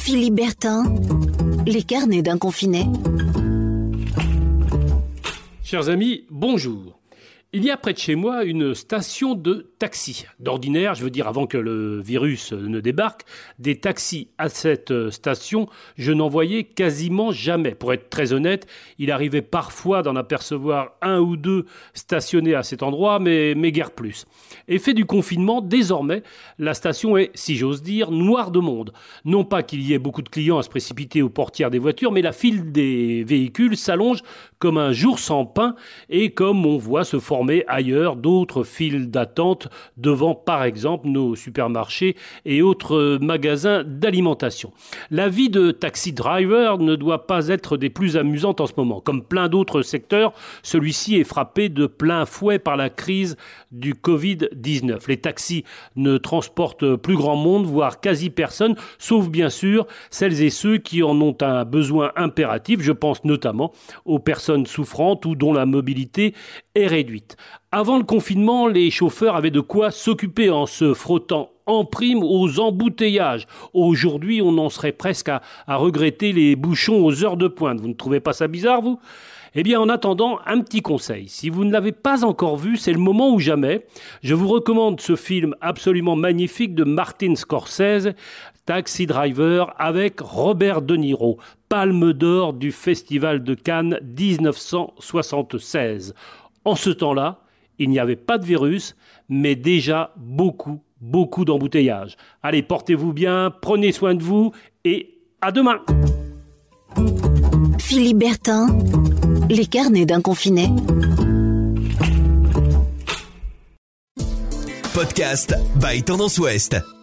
Philippe Bertin, les carnets d'un confiné. Chers amis, bonjour. Il y a près de chez moi une station de taxi. D'ordinaire, je veux dire avant que le virus ne débarque, des taxis à cette station, je n'en voyais quasiment jamais. Pour être très honnête, il arrivait parfois d'en apercevoir un ou deux stationnés à cet endroit, mais guère plus. Effet du confinement, désormais, la station est, si j'ose dire, noire de monde. Non pas qu'il y ait beaucoup de clients à se précipiter aux portières des voitures, mais la file des véhicules s'allonge comme un jour sans pain et comme on voit se former ailleurs d'autres files d'attente devant par exemple nos supermarchés et autres magasins d'alimentation. La vie de taxi driver ne doit pas être des plus amusantes en ce moment. Comme plein d'autres secteurs, celui-ci est frappé de plein fouet par la crise du Covid-19. Les taxis ne transportent plus grand monde, voire quasi personne, sauf bien sûr celles et ceux qui en ont un besoin impératif. Je pense notamment aux personnes souffrantes ou dont la mobilité est réduite. Avant le confinement, les chauffeurs avaient de quoi s'occuper en se frottant en prime aux embouteillages. Aujourd'hui, on en serait presque à regretter les bouchons aux heures de pointe. Vous ne trouvez pas ça bizarre, vous ? Eh bien, en attendant, un petit conseil. Si vous ne l'avez pas encore vu, c'est le moment ou jamais. Je vous recommande ce film absolument magnifique de Martin Scorsese, Taxi Driver, avec Robert De Niro, Palme d'or du Festival de Cannes 1976. En ce temps-là, il n'y avait pas de virus, mais déjà beaucoup d'embouteillages. Allez, portez-vous bien, prenez soin de vous et à demain. Philippe Bertin, les carnets d'un confiné. Podcast by Tendance Ouest.